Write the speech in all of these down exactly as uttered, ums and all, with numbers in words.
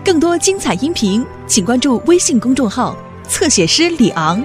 更多精彩音频，请关注微信公众号“侧写师李昂”。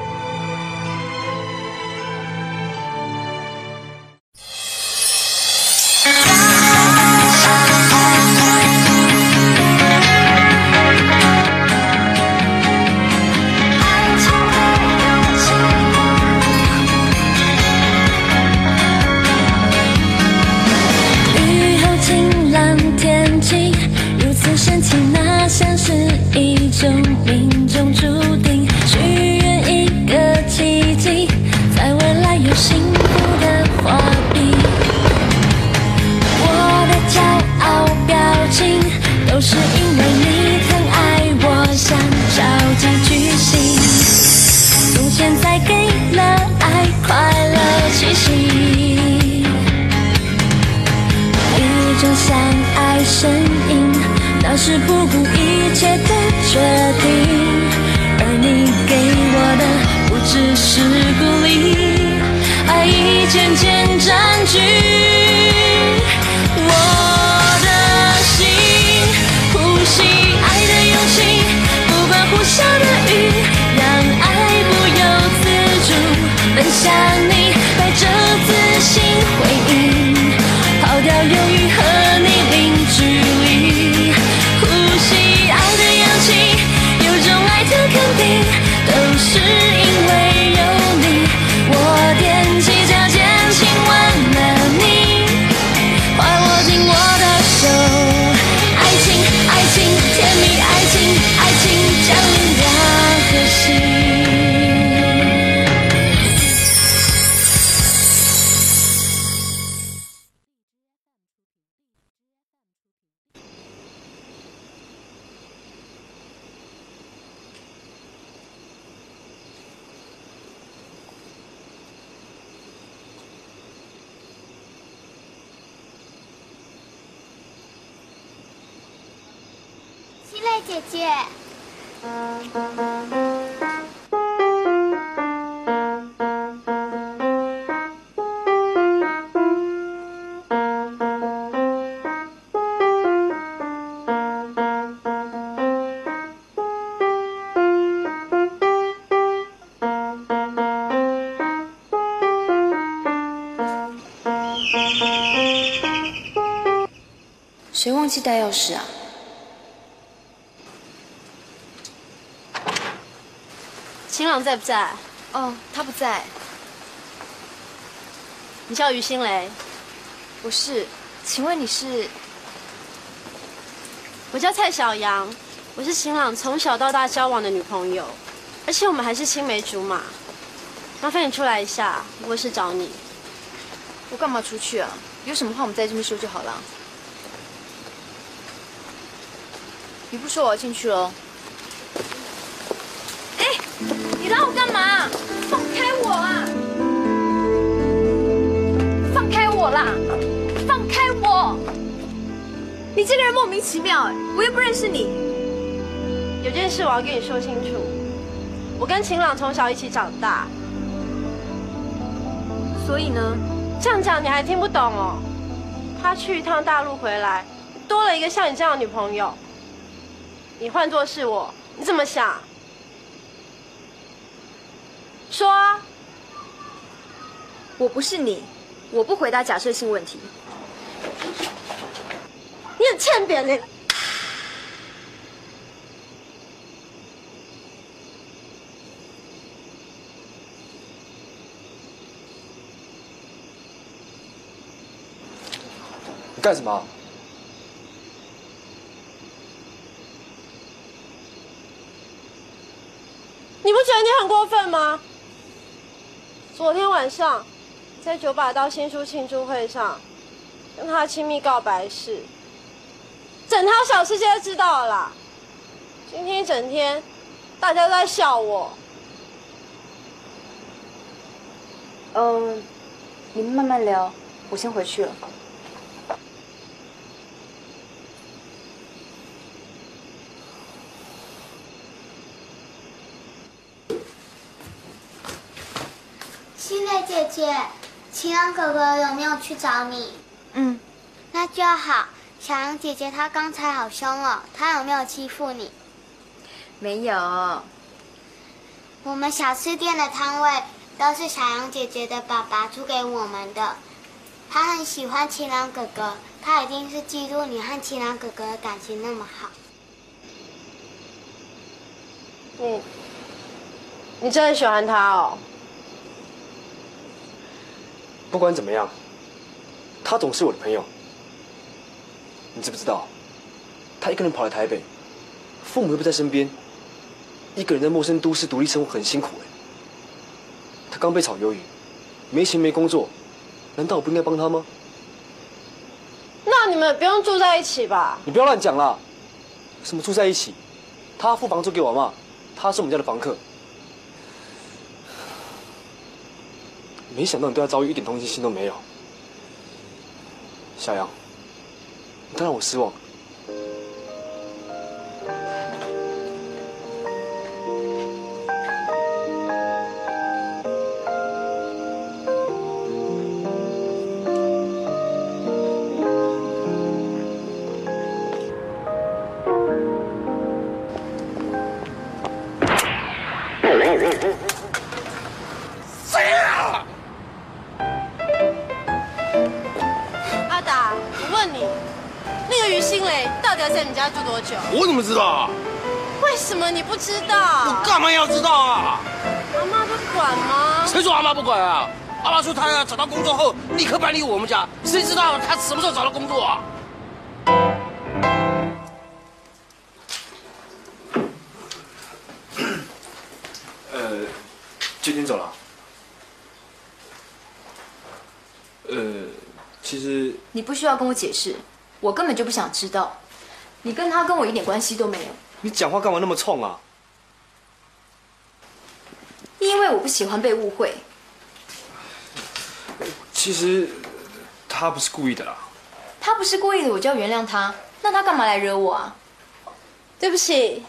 是不顾一切的决定，而你给我的不只是鼓励，爱已渐渐占据我的心，呼吸爱的勇气，不管呼啸的雨，让爱不由自主奔向你，带着自信回应，抛掉犹豫和你零距离，爱的氧气，有种爱的肯定，都是因为有你。我踮起脚尖亲吻了你，快握紧我的手。爱情，爱情，甜蜜爱情，爱情降临两颗心。 心蕾姐姐， 谁忘记带钥匙啊？ 晴朗在不在？ 哦，他不在。 你叫于心蕾？ 不是，请问你是？ 我叫蔡小阳，我是晴朗从小到大交往的女朋友，而且我们还是青梅竹马。麻烦你出来一下，我有事找你。 我干嘛出去啊？有什么话我们在这边说就好了。你不说我要进去喽。哎，你拉我干嘛？放开我啊！放开我啦！放开我！你这个人莫名其妙哎，我又不认识你。 有件事我要跟你说清楚，我跟晴朗从小一起长大。 所以呢？ 这样讲你还听不懂哦？他去一趟大陆回来，多了一个像你这样的女朋友。你换作是我，你怎么想？说啊！ 我不是你，我不回答假设性问题。 你很欠扁呢。 你干什么？ 你不觉得你很过分吗？昨天晚上在九把刀新书庆祝会上跟他亲密告白时，整条小世界都知道了啦。今天一整天大家都在笑我。 嗯，你们慢慢聊，我先回去了。 心蕾姐姐，晴朗哥哥有没有去找你？ 嗯， 那就好。 小羊姐姐她刚才好凶哦，她有没有欺负你？ 没有。 我们小吃店的摊位都是小羊姐姐的爸爸租给我们的。他很喜欢晴朗哥哥，他一定是嫉妒你和晴朗哥哥的感情那么好。 你，你真的喜欢他哦？ 不管怎么样，他总是我的朋友。你知不知道，他一个人跑来台北，父母又不在身边，一个人在陌生都市独立生活很辛苦哎。他刚被炒鱿鱼，没钱没工作，难道我不应该帮他吗？ 那你们不用住在一起吧？ 你不要乱讲啦！什么住在一起？他付房租给我嘛，他是我们家的房客。没想到你对他遭遇一点同情心都没有，小杨，你太让我失望。 谁啊？ 阿达，我问你，那个于心蕾到底要在你家住多久？ 我怎么知道啊？ 为什么你不知道？ 我干嘛要知道啊？ 阿妈不管吗？ 谁说阿妈不管啊？阿妈说她要找到工作后立刻搬离我们家，谁知道她什么时候找到工作啊？ 呃，就先走了。呃，其实你不需要跟我解释，我根本就不想知道。你跟他跟我一点关系都没有。 你讲话干嘛那么冲啊？ 因为我不喜欢被误会。 其实他不是故意的啦。 他不是故意的，我就要原谅他。那他干嘛来惹我啊？ 对不起。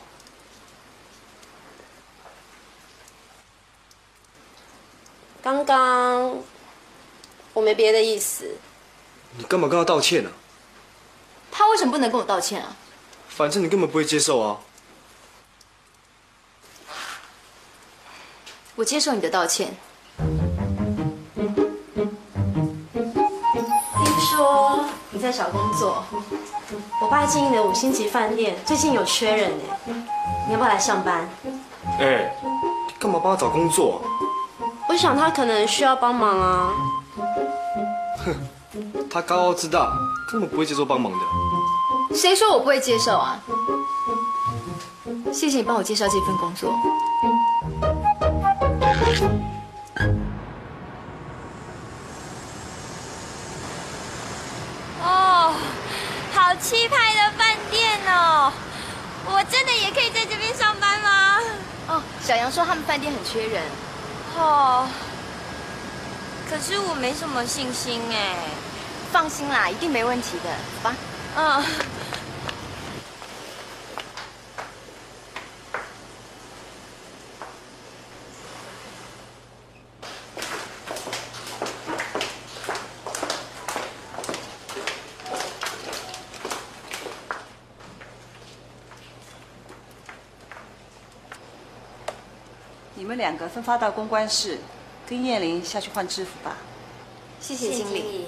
刚刚我没别的意思。 你干嘛跟他道歉呢？ 他为什么不能跟我道歉啊？ 反正你根本不会接受啊。 我接受你的道歉。 听说你在找工作，我爸经营的五星级饭店最近有缺人哎，你要不要来上班？ 哎，你干嘛帮他找工作啊？ 我想他可能需要帮忙啊。 哼，他高傲自大，根本不会接受帮忙的。 谁说我不会接受啊？谢谢你帮我介绍这份工作。 哦，好气派的饭店哦！我真的也可以在这边上班吗？ 哦，小杨说他们饭店很缺人。 哦，可是我没什么信心哎。 放心啦，一定没问题的，走吧。 嗯。 你们两个分发到公关室，跟燕玲下去换制服吧。 谢谢经理。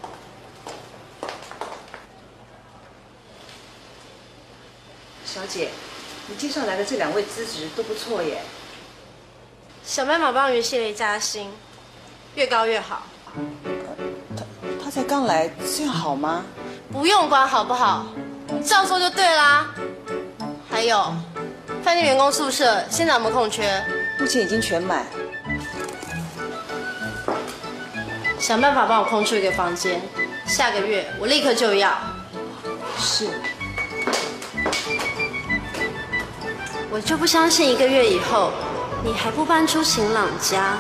小姐，你介绍来的这两位资质都不错耶。 想办法帮于心蕾加薪，越高越好。 他他才刚来，这样好吗？ 不用管好不好，你照做就对啦。还有，饭店员工宿舍现在有没有空缺？ 目前已经全满。 想办法帮我空出一个房间，下个月我立刻就要。 是。 我就不相信一个月以后，你还不搬出晴朗家。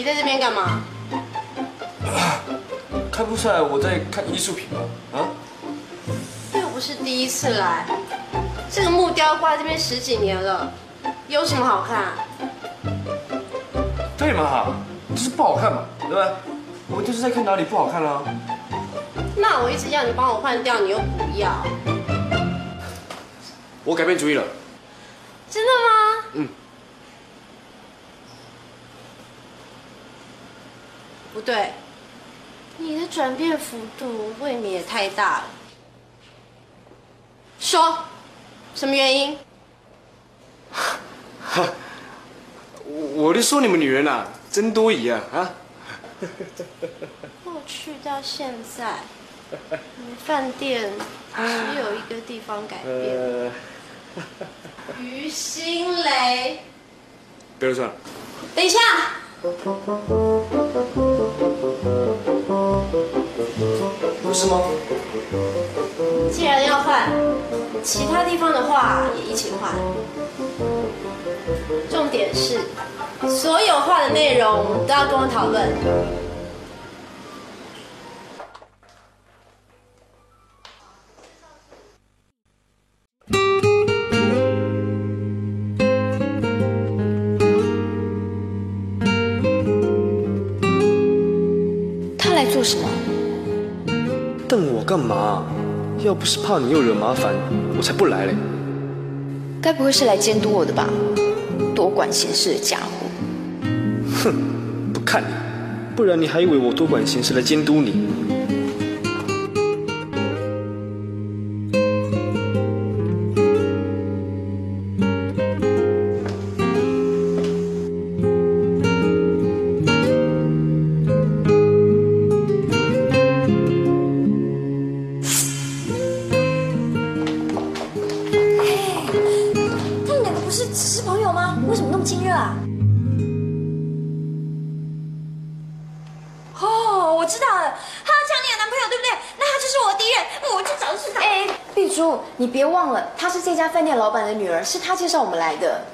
你在这边干嘛？ 看不出来我在看艺术品吗？啊？ 又不是第一次来，这个木雕挂在这边十几年了，有什么好看？ 对嘛，就是不好看嘛，对不对？我就是在看哪里不好看啦、啊。 那我一直要你帮我换掉，你又不要。 我改变主意了。 真的吗？ 嗯。 不对，你的转变幅度未免也太大了。说，什么原因？ 哈，我就说你们女人啊，真多疑啊啊！ 过去到现在，你们饭店只有一个地方改变。呃于心雷。 不要算了。 等一下。 不是吗？ 既然要换，其他地方的话也一起换。重点是，所有画的内容都要跟我讨论。 做什么？ 瞪我干嘛？要不是怕你又惹麻烦，我才不来嘞。 该不会是来监督我的吧？多管闲事的家伙！ 哼，不看你，不然你还以为我多管闲事来监督你。 你别忘了，她是这家饭店老板的女儿，是她介绍我们来的。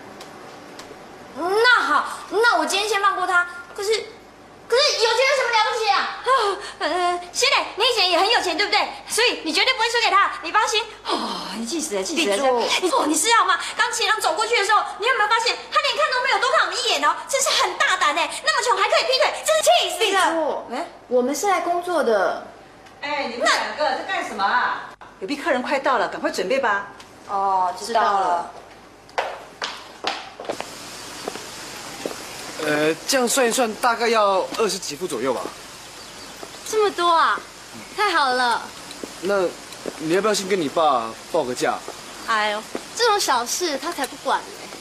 那好，那我今天先放过她。可是，可是有钱有什么了不起啊？呃，谢磊，你以前也很有钱，对不对？所以你绝对不会输给他，你放心。哦，你气死了，气死了！哦，你知道吗？刚齐郎走过去的时候，你有没有发现他连看都没有多看我们一眼哦？真是很大胆哎！那么穷还可以劈腿，真是气死了！ 哎，我们是来工作的。 哎，你们两个在干什么啊？有批客人快到了，赶快准备吧。 哦，知道了。 呃，这样算一算，大概要二十几副左右吧。 这么多啊，太好了。 那你要不要先跟你爸报个价？ 哎呦，这种小事他才不管呢。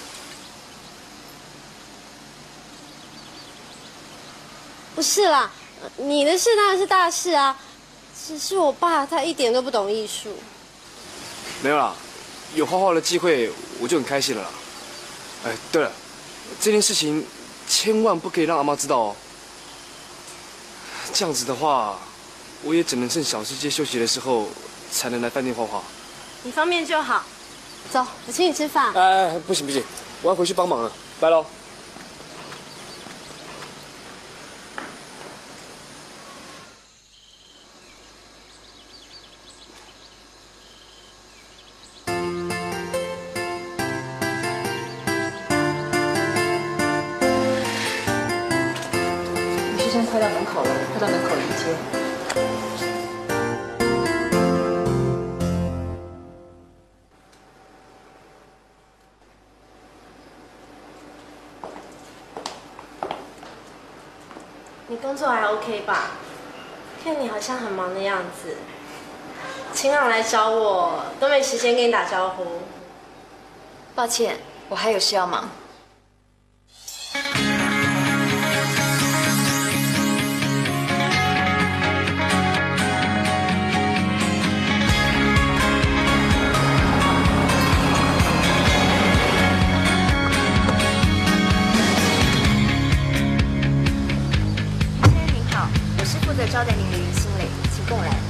不是啦，你的事当然是大事啊。只是我爸他一点都不懂艺术。 没有啦，有画画的机会我就很开心了啦。哎，对了，这件事情千万不可以让阿妈知道哦。这样子的话，我也只能趁小世界休息的时候才能来饭店画画。 你方便就好。走，我请你吃饭。 哎哎，不行不行，我要回去帮忙了，拜喽。 快到门口了，快到门口迎接。 你工作还 OK 吧？看你好像很忙的样子。晴朗来找我，都没时间跟你打招呼。 抱歉，我还有事要忙。招待您的于心磊，请共来。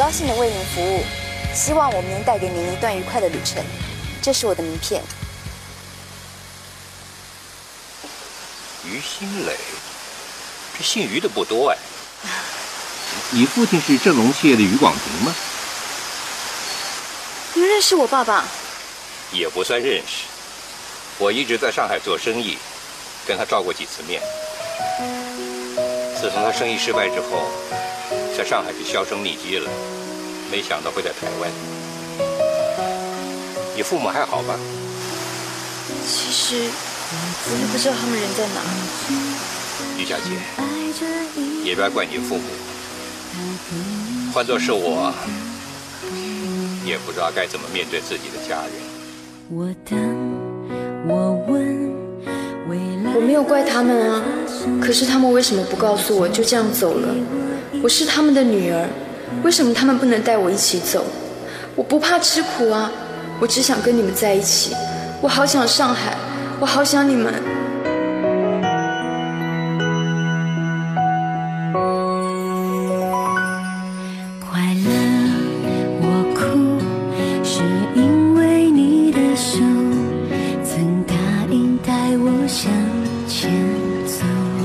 高兴的为您服务，希望我们能带给您一段愉快的旅程。这是我的名片。 于新磊，这姓于的不多哎。你父亲是正隆企业的于广平吗？ 您认识我爸爸？ 也不算认识，我一直在上海做生意，跟他照过几次面。自从他生意失败之后，在上海就销声匿迹了，没想到会在台湾。你父母还好吧？ 其实我也不知道他们人在哪。 于小姐，也别怪你父母，换作是我，也不知道该怎么面对自己的家人。 我等，我问， 我没有怪他们啊，可是他们为什么不告诉我就这样走了？我是他们的女儿，为什么他们不能带我一起走？我不怕吃苦啊，我只想跟你们在一起。我好想上海，我好想你们。 快乐我哭，是因为你的手曾答应带我向前走。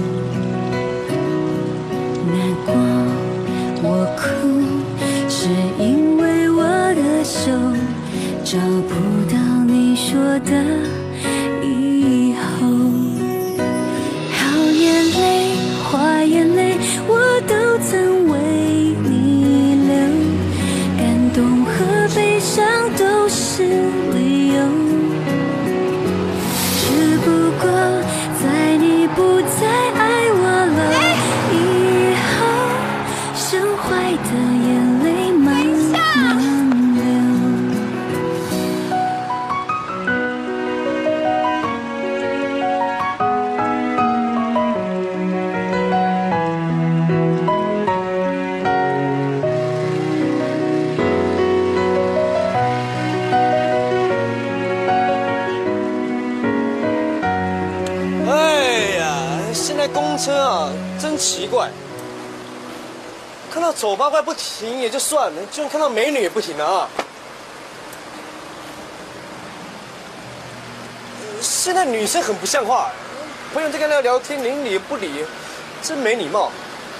难过我哭，是因为我的手找不到你说的以后。好眼泪花眼泪我都曾为你流，感动和悲伤都是理由，只不过在你不再爱我了以后，释怀的眼泪慢慢流。 哎呀，现在公车啊，真奇怪，看到走八怪不停也就算了，居然看到美女也不停啊！现在女生很不像话，朋友在跟她聊天，连理不理，真没礼貌。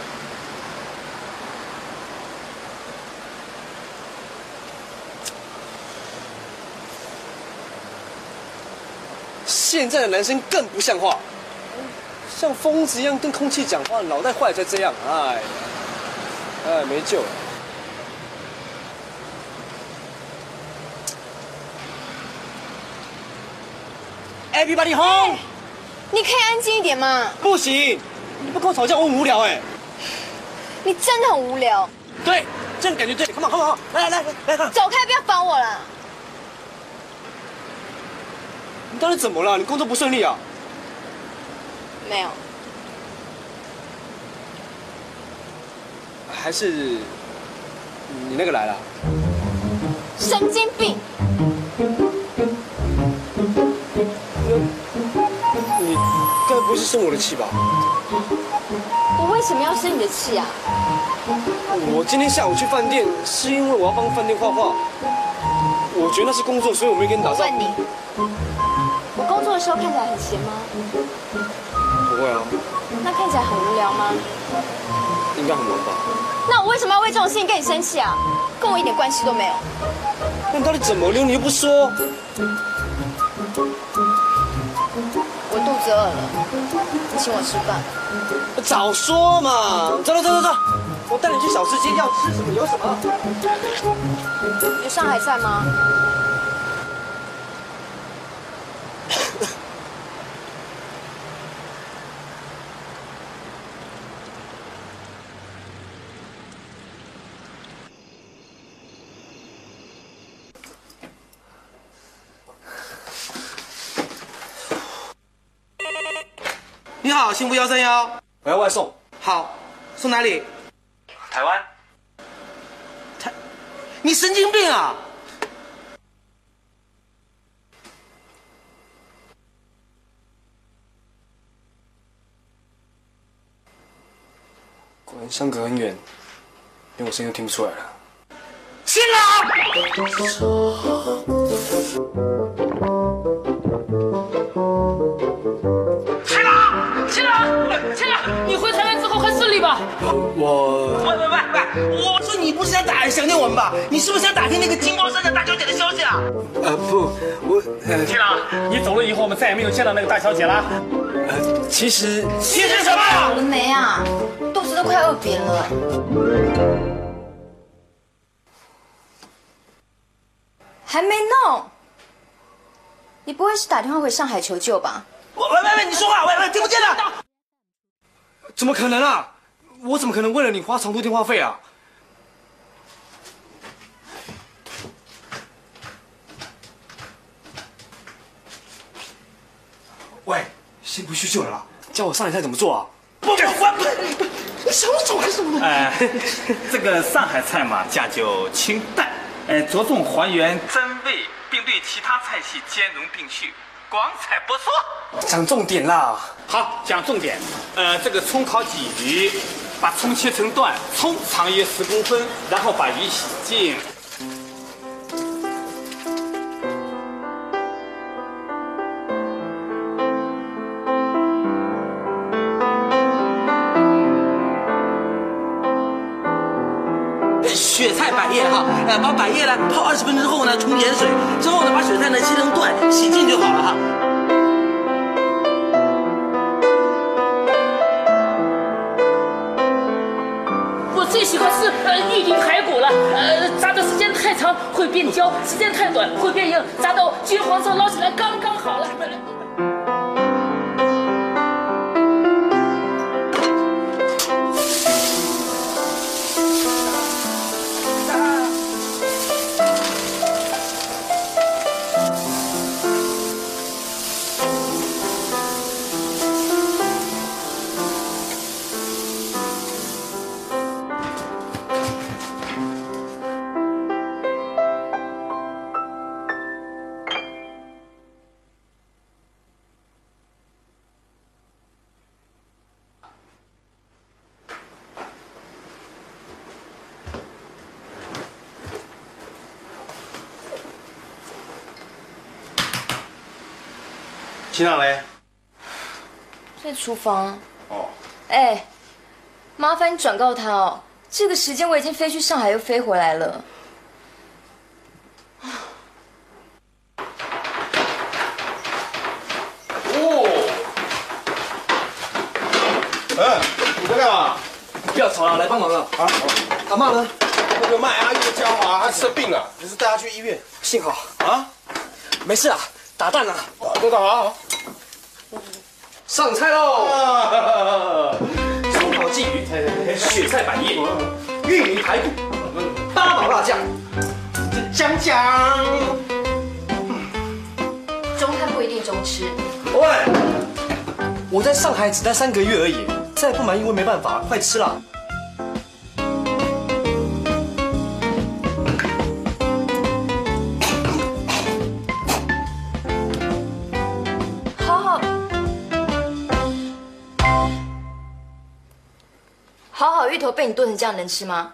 现在的男生更不像话，像疯子一样跟空气讲话，脑袋坏才这样。哎呀，哎，没救了。Everybody home！ 你可以安静一点吗？ 不行，你不跟我吵架，我很无聊哎。 你真的很无聊。 对，这样感觉对。Come on，come on，来来来来来， 走开，不要烦我了。 你到底怎么了？你工作不顺利啊？ 没有。 还是你那个来了？ 神经病！ 你该不是生我的气吧？ 我为什么要生你的气啊？ 我今天下午去饭店，是因为我要帮饭店画画。我觉得那是工作，所以我没跟你打招呼。 我问你，我工作的时候看起来很闲吗？ 不会啊。 那看起来很无聊吗？ 应该很忙吧。 那我为什么要为这种事情跟你生气啊？跟我一点关系都没有。 那你到底怎么了？你又不说。 我肚子饿了，你请我吃饭。 早说嘛！走走走走走，我带你去小吃街，要吃什么有什么。 有上海菜吗？ 你好，幸福幺三幺， 我要外送。 好，送哪里？ 台湾。 台，你神经病啊！ 果然相隔很远，连我声音都听不出来了。 新郎。新郎，新郎，新郎， 你回台湾之后还顺利吧？ 我喂喂喂喂，我说你不是想打想念我们吧？你是不是想打听那个金光山的大小姐的消息啊？ 呃不，我呃新郎，你走了以后，我们再也没有见到那个大小姐了。 呃，其实其实什么？ 好了没啊？肚子都快饿扁了。还没弄？你不会是打电话回上海求救吧？ 喂喂喂，你说话，喂喂，听不见了。 怎么可能啊？我怎么可能为了你花长途电话费啊？喂，先不叙旧了啦，教我上海菜怎么做啊？ 不不不，你想走干什么？ 哎，这个上海菜嘛，讲究清淡，哎，着重还原真味，并对其他菜系兼容并蓄，光彩不错。 讲重点啦。 好，讲重点。呃，这个葱烤鲫鱼，把葱切成段，葱长约十公分，然后把鱼洗净。 雪菜百叶哈，呃，把百叶呢泡二十分钟之后呢，冲盐水，之后呢把雪菜呢切成段，洗净就好了哈。 我最喜欢吃呃玉林排骨了，呃，炸的时间太长会变焦，时间太短会变硬，炸到金黄色捞起来刚刚好了。 新郎嘞？ 在厨房。 哦。 哎，麻烦你转告他哦，这个时间我已经飞去上海又飞回来了。 哦。哎，你在干嘛？ 不要吵了，来帮忙了。啊，阿嬷呢？ 那个卖阿玉的家伙啊，他生病了，只是带他去医院。 幸好啊， 没事啊，打蛋了。 都打好。 上菜喽！葱烤鲫鱼，雪菜百叶，玉米排骨，八宝辣酱， 姜姜。 中餐不一定中吃。 喂，我在上海只待三个月而已，再不满意我也没办法，快吃啦！ 好好，好好芋头被你炖成这样能吃吗？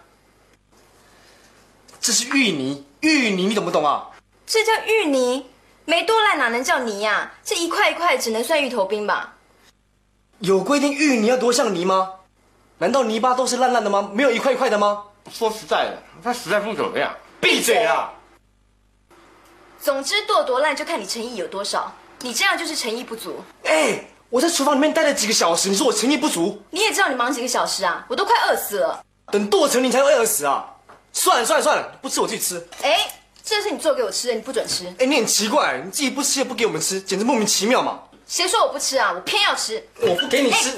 这是芋泥，芋泥你懂不懂啊？ 这叫芋泥，没多烂哪能叫泥呀、啊？这一块一块只能算芋头冰吧？ 有规定芋泥要多像泥吗？难道泥巴都是烂烂的吗？没有一块一块的吗？ 说实在的，他实在不怎么样。 闭嘴啊！ 总之剁多烂就看你诚意有多少，你这样就是诚意不足。 哎，我在厨房里面待了几个小时，你说我诚意不足？ 你也知道你忙几个小时啊，我都快饿死了。 等剁成泥才会饿死啊！算了算了算了，不吃我自己吃。 哎，这是你做给我吃的，你不准吃。 哎，你很奇怪，你自己不吃也不给我们吃，简直莫名其妙嘛！ 谁说我不吃啊？我偏要吃。 我不给你吃。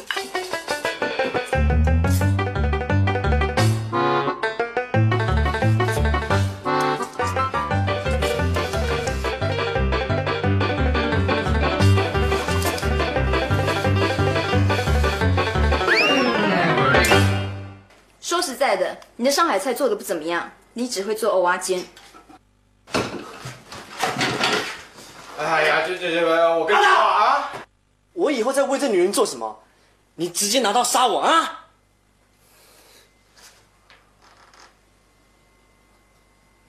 说实在的，你的上海菜做的不怎么样，你只会做蚵仔煎。 哎呀，这这这个，我跟你说啊， 我以后再为这女人做什么，你直接拿刀杀我啊！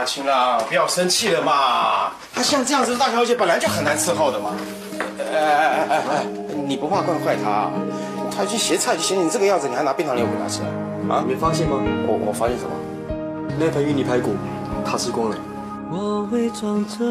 呀，秦朗，不要生气了嘛。她像这样子的大小姐本来就很难伺候的嘛。哎哎哎哎哎，你不怕怪坏她？她去斜菜就嫌你这个样子，你还拿冰糖牛给她吃啊？ 你没发现吗？ 我我发现什么？ 那盆芋泥排骨，她吃光了。 我伪装着，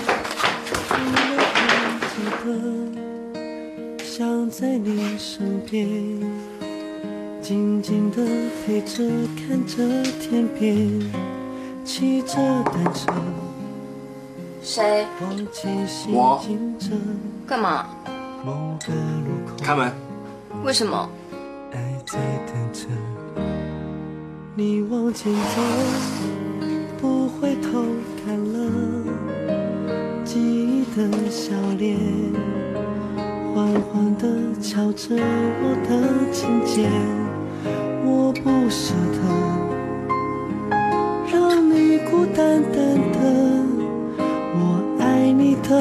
想在你身边，静静地陪着，看着天边，骑着单车。 谁？ 我。 干嘛？ 开门。 为什么？ 爱在等着你往前走，不回头看了记忆的笑脸，缓缓地敲着我的琴键，我不舍得让你孤单单的，我爱你的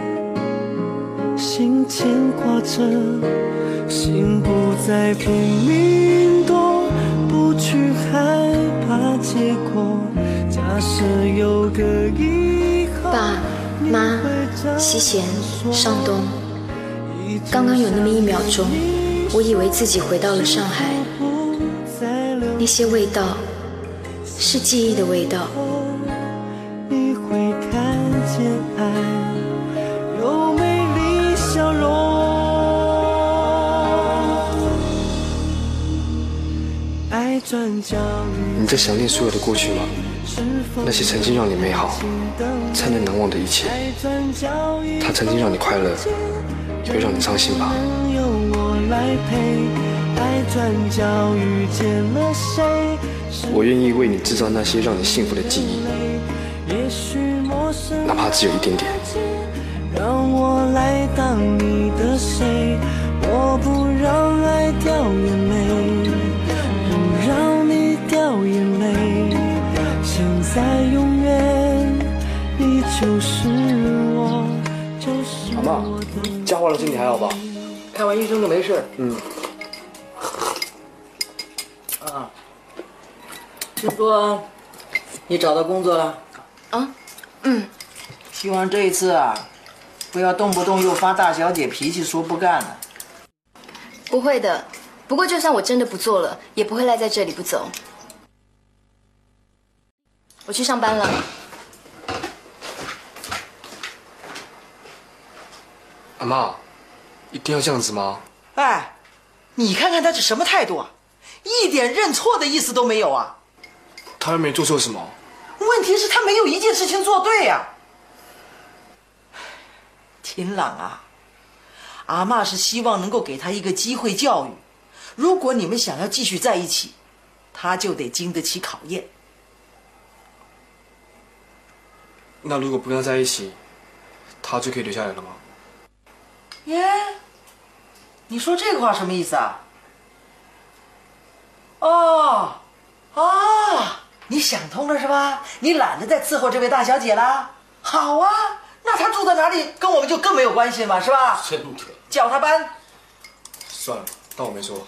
心牵挂着，心不再不明动，不去害怕结果，假设有个以后。 爸妈，西贤，尚东，刚刚有那么一秒钟，我以为自己回到了上海，那些味道是记忆的味道。 你会看见爱有美丽笑容，爱转角遇。 你在想念所有的过去吗？那些曾经让你美好、灿烂难忘的一切，它曾经让你快乐，也会让你伤心吧。我愿意为你制造那些让你幸福的记忆，哪怕只有一点点。 让我来当你的谁，我不让爱掉眼泪，不让你掉眼泪。现在永远，你就是我，就是我的。 阿嬷，家华老师你还好吧？ 看完医生就没事。 嗯。 啊，听说你找到工作了？ 啊，嗯。 希望这一次啊，不要动不动又发大小姐脾气，说不干了。 不会的，不过就算我真的不做了，也不会赖在这里不走。我去上班了。 阿嬷，一定要这样子吗？ 哎，你看看他这什么态度啊，一点认错的意思都没有啊！ 他又没做错什么。 问题是，他没有一件事情做对呀、啊。秦朗啊，阿嬷是希望能够给他一个机会教育。如果你们想要继续在一起，他就得经得起考验。 那如果不跟他在一起，他就可以留下来了吗？ 耶，你说这个话什么意思啊？哦，啊，你想通了是吧？你懒得再伺候这位大小姐啦？好啊，那她住在哪里跟我们就更没有关系嘛，是吧？ 真的。 叫她搬。 算了，当我没说。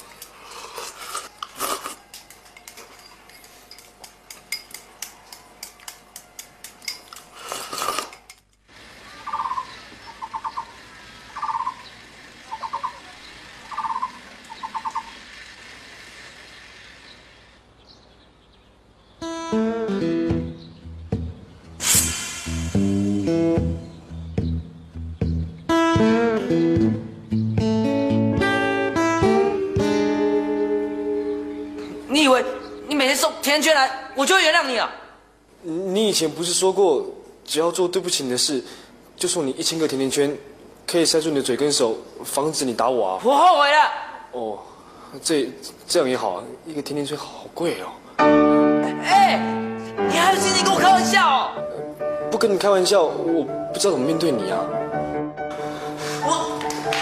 你以为你每天送甜甜圈来，我就会原谅你啊？ 你以前不是说过，只要做对不起你的事，就送你一千个甜甜圈，可以塞住你的嘴跟手，防止你打我啊？ 我后悔了。 哦，这这样也好啊，一个甜甜圈好贵哦。 哎，你还有心情跟我开玩笑哦？ 不跟你开玩笑，我不知道怎么面对你啊。 我，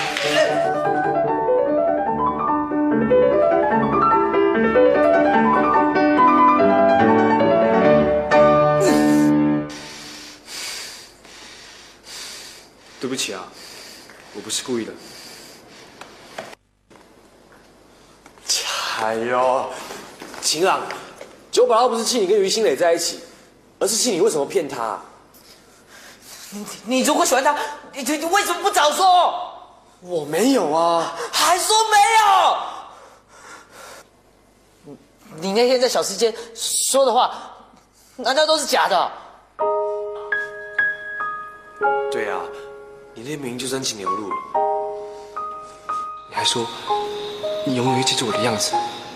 对不起啊，我不是故意的。 哎呦，秦朗，九把刀不是气你跟于心磊在一起， 而是心里为什么骗他。 你你如果喜欢他，你你为什么不早说？ 我没有啊， 还说没有？你你那天在小吃间说的话，难道都是假的？ 对啊，你那明明就真情流露了。你还说你永远会记住我的样子。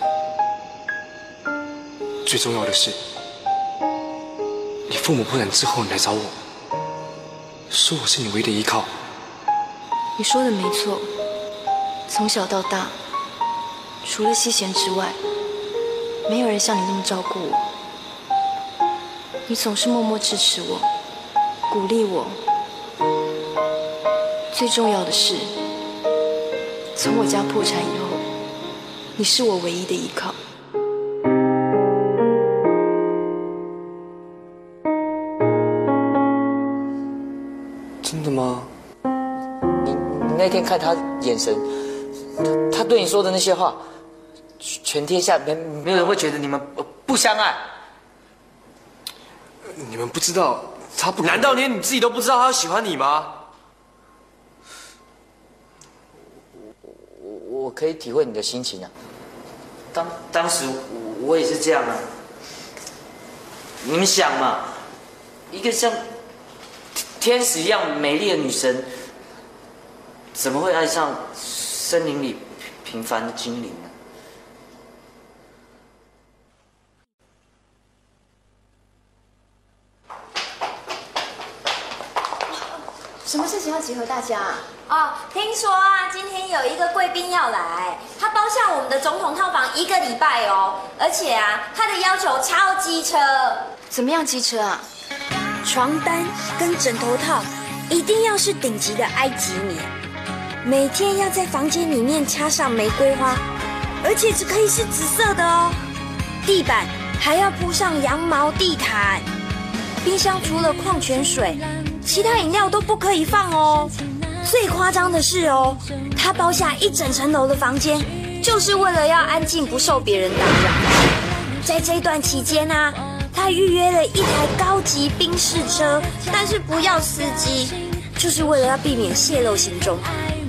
最重要的是，你父母破产之后，你来找我，说我是你唯一的依靠。 你说的没错，从小到大，除了西贤之外，没有人像你那么照顾我。你总是默默支持我，鼓励我。最重要的是，从我家破产以后，你是我唯一的依靠。 真的吗？ 你那天看他眼神，他他对你说的那些话，全天下没没有人会觉得你们不相爱。 你们不知道他不？难道连你自己都不知道他喜欢你吗？ 我我可以体会你的心情啊。当当时我我也是这样啊。你们想嘛，一个像天使一样美丽的女神，怎么会爱上森林里平凡的精灵呢？ 什么事情要集合大家啊？ 哦，听说啊，今天有一个贵宾要来，他包下我们的总统套房一个礼拜哦，而且啊，他的要求超机车。 怎么样机车啊？ 床单跟枕头套一定要是顶级的埃及棉，每天要在房间里面插上玫瑰花，而且只可以是紫色的哦。地板还要铺上羊毛地毯，冰箱除了矿泉水，其他饮料都不可以放哦。最夸张的是哦，他包下一整层楼的房间，就是为了要安静不受别人打扰。在这段期间啊，他预约了一台高级宾士车，但是不要司机，就是为了要避免泄露行踪。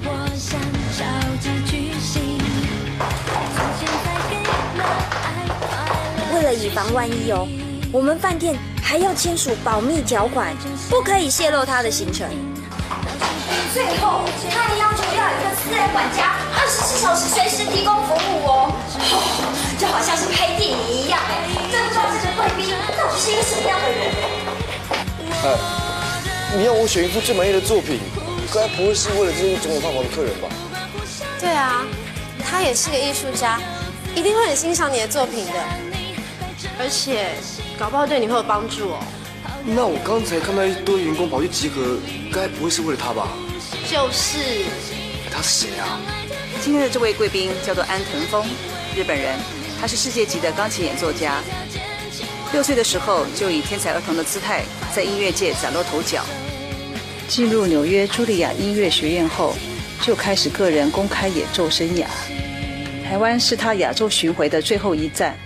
为了以防万一哦，我们饭店还要签署保密条款，不可以泄露他的行程。最后，他还要求要有一个私人管家，二十四小时随时提供服务哦。哦，就好像是拍电影一样哎，真不知道这个贵宾到底是一个什么样的人。 哎，你要我选一部最满意的作品，该不会是为了这些总统套房的客人吧？ 对啊，他也是个艺术家，一定会很欣赏你的作品的，而且搞不好对你会有帮助哦。 那我刚才看到一堆员工跑去集合，该不会是为了他吧？ 就是。 他是谁啊？ 今天的这位贵宾叫做安藤峰，日本人，他是世界级的钢琴演奏家。六岁的时候就以天才儿童的姿态在音乐界崭露头角。进入纽约茱莉亚音乐学院后，就开始个人公开演奏生涯。台湾是他亚洲巡回的最后一站。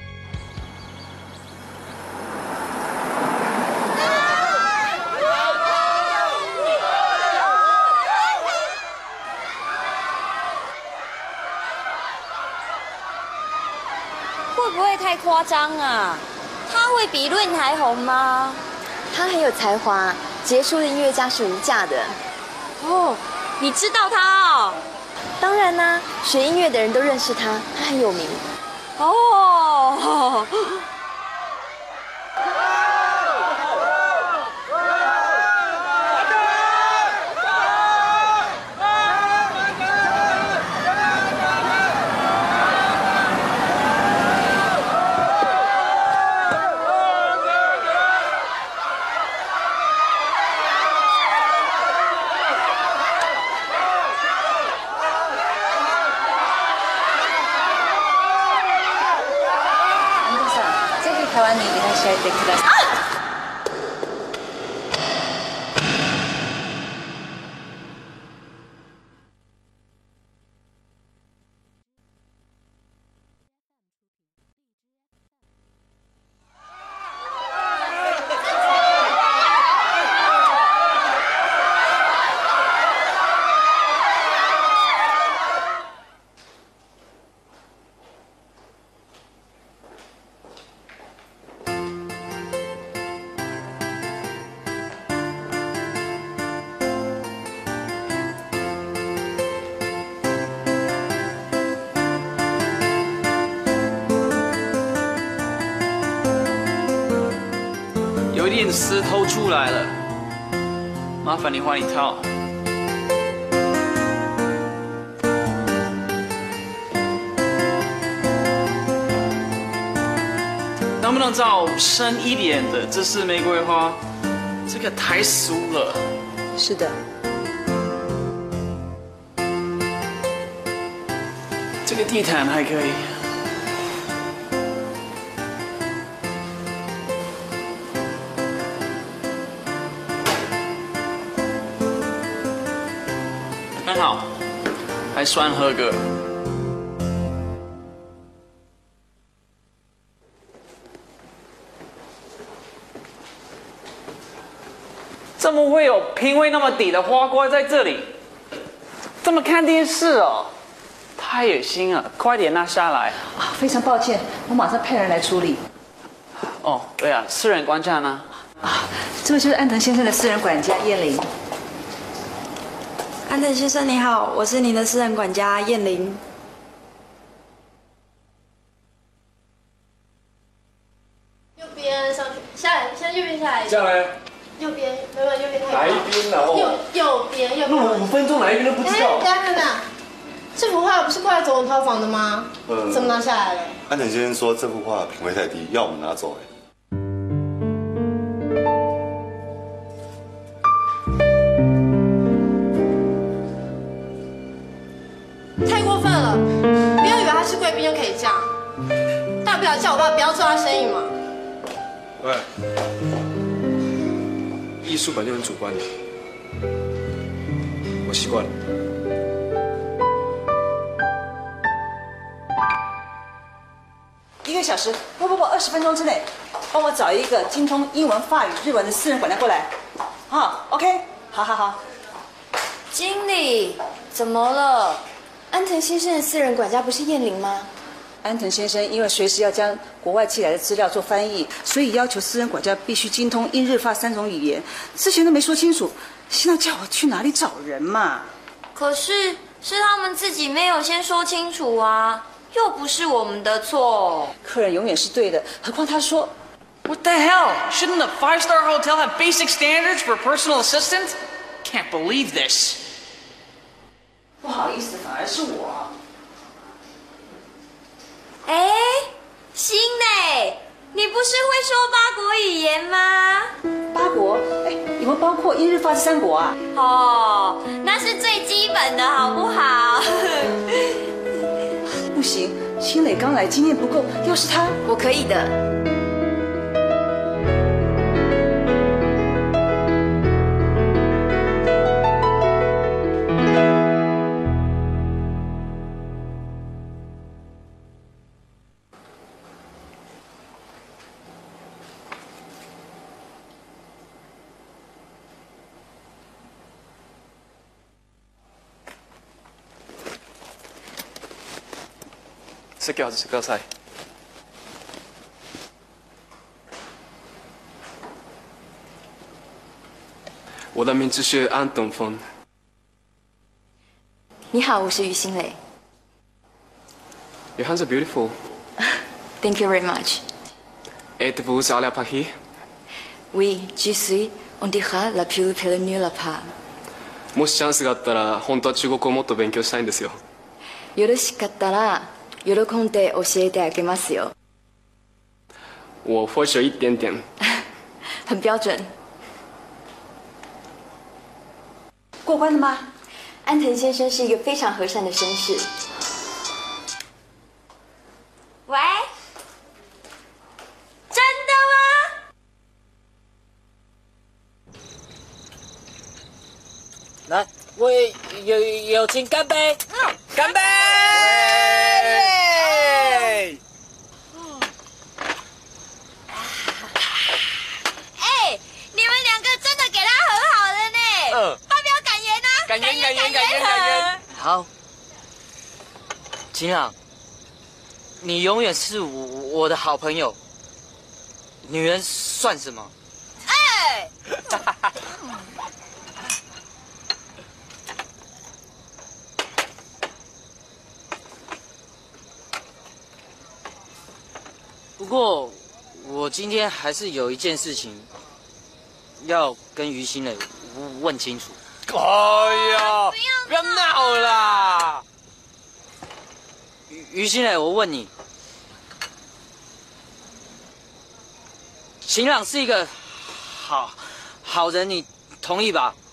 会不会太夸张啊？他会比润还红吗？ 他很有才华，杰出的音乐家是无价的。 哦，你知道他哦？ 当然啦，学音乐的人都认识他，他很有名。 哦。 台湾にいらっしゃいてください。 变石头出来了，麻烦你换一套。能不能找深一点的？这是玫瑰花，这个太俗了。 是的。 这个地毯还可以。很好，还算合格。怎么会有品味那么低的花挂在这里？这么看电视哦，太恶心了！快点拿下来。 啊，非常抱歉，我马上派人来处理。 哦，对啊，私人管家呢？ 啊，这位就是安藤先生的私人管家燕玲。 安藤先生你好，我是您的私人管家燕玲。 右边上去，下来，现在右边下来。 下来。 右边，没有右边太高。 哪一边啊？ 右右边，右边。 录了五分钟，哪一边都不知道。 哎，等下等下，这幅画不是挂在总统套房的吗？ 呃， 怎么拿下来了？ 安藤先生说这幅画品味太低，要我们拿走。哎。 太过分了！不要以为他是贵宾就可以这样，大不了叫我爸不要做他生意嘛。 喂，艺术本就很主观的，我习惯了。 一个小时，不不不，二十分钟之内，帮我找一个精通英文、法语、日文的私人管家过来。啊 ，OK， 好好好。 经理，怎么了？安藤先生的私人管家不是燕玲吗？ 安藤先生因为随时要将国外寄来的资料做翻译，所以要求私人管家必须精通英日法三种语言。之前都没说清楚，现在叫我去哪里找人嘛？ 可是是他们自己没有先说清楚啊，又不是我们的错。 客人永远是对的，何况他说 What the hell? Shouldn't a five-star hotel have basic standards for personal assistant? Can't believe this. 不好意思，反而是我。 哎，新磊，你不是会说八国语言吗？ 八国？哎，有没有包括英日法这三国啊？ 哦，那是最基本的，好不好？ 不行，新磊刚来，经验不够。要是他， 我可以的。 席外してください。我的名字是安东风。 你好，我是于心磊。 Your hands are beautiful. Thank you very much. Êtes-vous allé à Paris? Oui, je suis. On dira la plus belle nuit là-bas. もしチャンスがあったら、本当は中国をもっと勉強したいんですよ。 よろしかったら。喜んで教えてあげますよ。 我会学一点点。 很标准。 过关了吗？ 安藤先生是一个非常和善的绅士。 喂，真的吗？ 来，为友友情干杯！嗯，干杯！ 感言感言感言感言！好，晴朗，你永远是我我的好朋友。女人算什么？哎！不过，我今天还是有一件事情要跟于心磊问清楚。 哎呀，不要闹了啦！ 于于心磊，我问你，晴朗是一个好好人，你同意吧？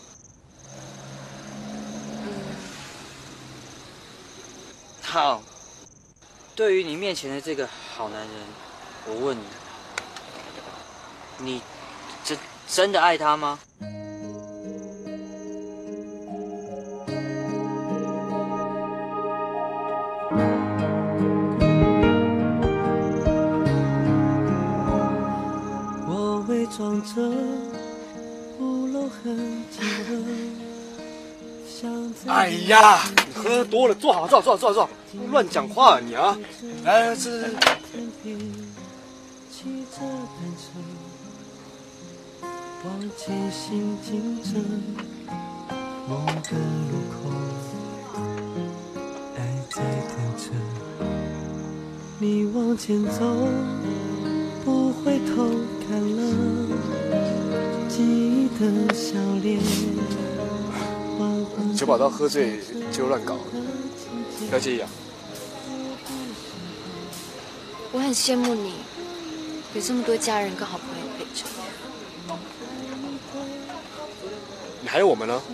好，对于你面前的这个好男人，我问你，你真真的爱他吗？ 我伪装着不露痕迹的。 哎呀，你喝多了，坐好，坐好，坐好，坐好，坐好，乱讲话啊你啊！来，吃吃吃。 骑着单车往前行进着某个路口，爱在等着你往前走，不回头看了记忆的笑脸。 九把刀喝醉就乱搞，不要介意啊。 我很羡慕你，有这么多家人跟好朋友陪着。 你还有我们呢。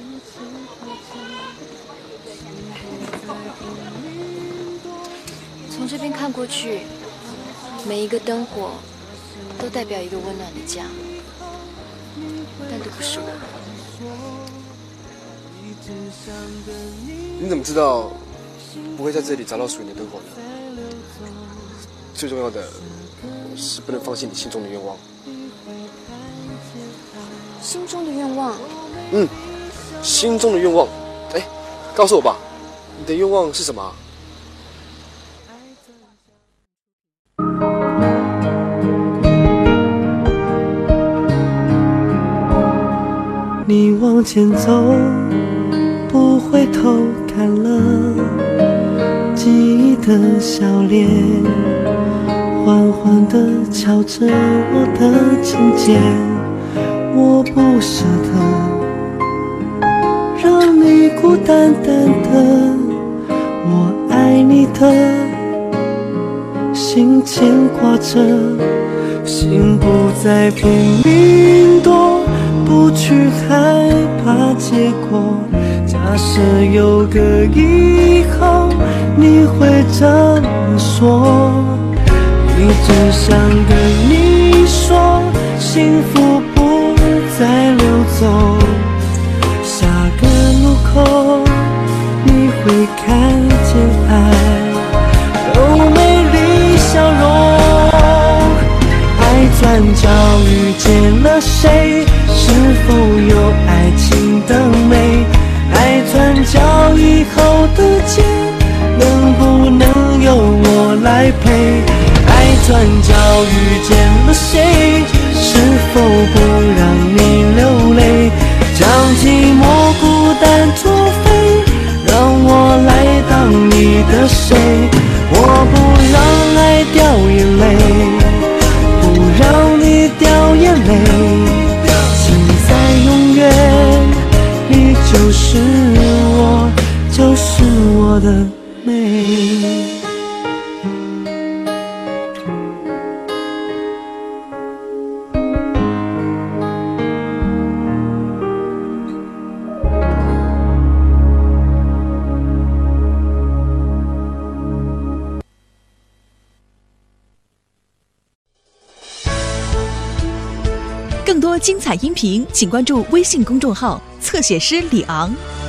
从这边看过去，每一个灯火都代表一个温暖的家，但都不是我。 你怎么知道不会在这里找到属于你的灯火呢？最重要的是不能放弃你心中的愿望。 心中的愿望？ 嗯，心中的愿望。哎，告诉我吧，你的愿望是什么啊？ 你往前走，不回头看了记忆的笑脸，缓缓地敲着我的琴键，我不舍得让你孤单单的，我爱你的心牵挂着，心不再拼命躲，不去害怕结果。假设有个以后，你会这么说，一直想跟你说，幸福不再溜走。下个路口，你会看见爱有美丽笑容。爱转角遇见了谁？是否有爱情的美？爱转角以后的街，能不能由我来陪？爱转角遇见了谁？是否不让你流泪？将寂寞孤单作废，让我来当你的谁？我不让爱掉眼泪，不让你掉眼泪。在永远，你就是我，就是我的美。 更多精彩音频，请关注微信公众号“侧写师李昂”。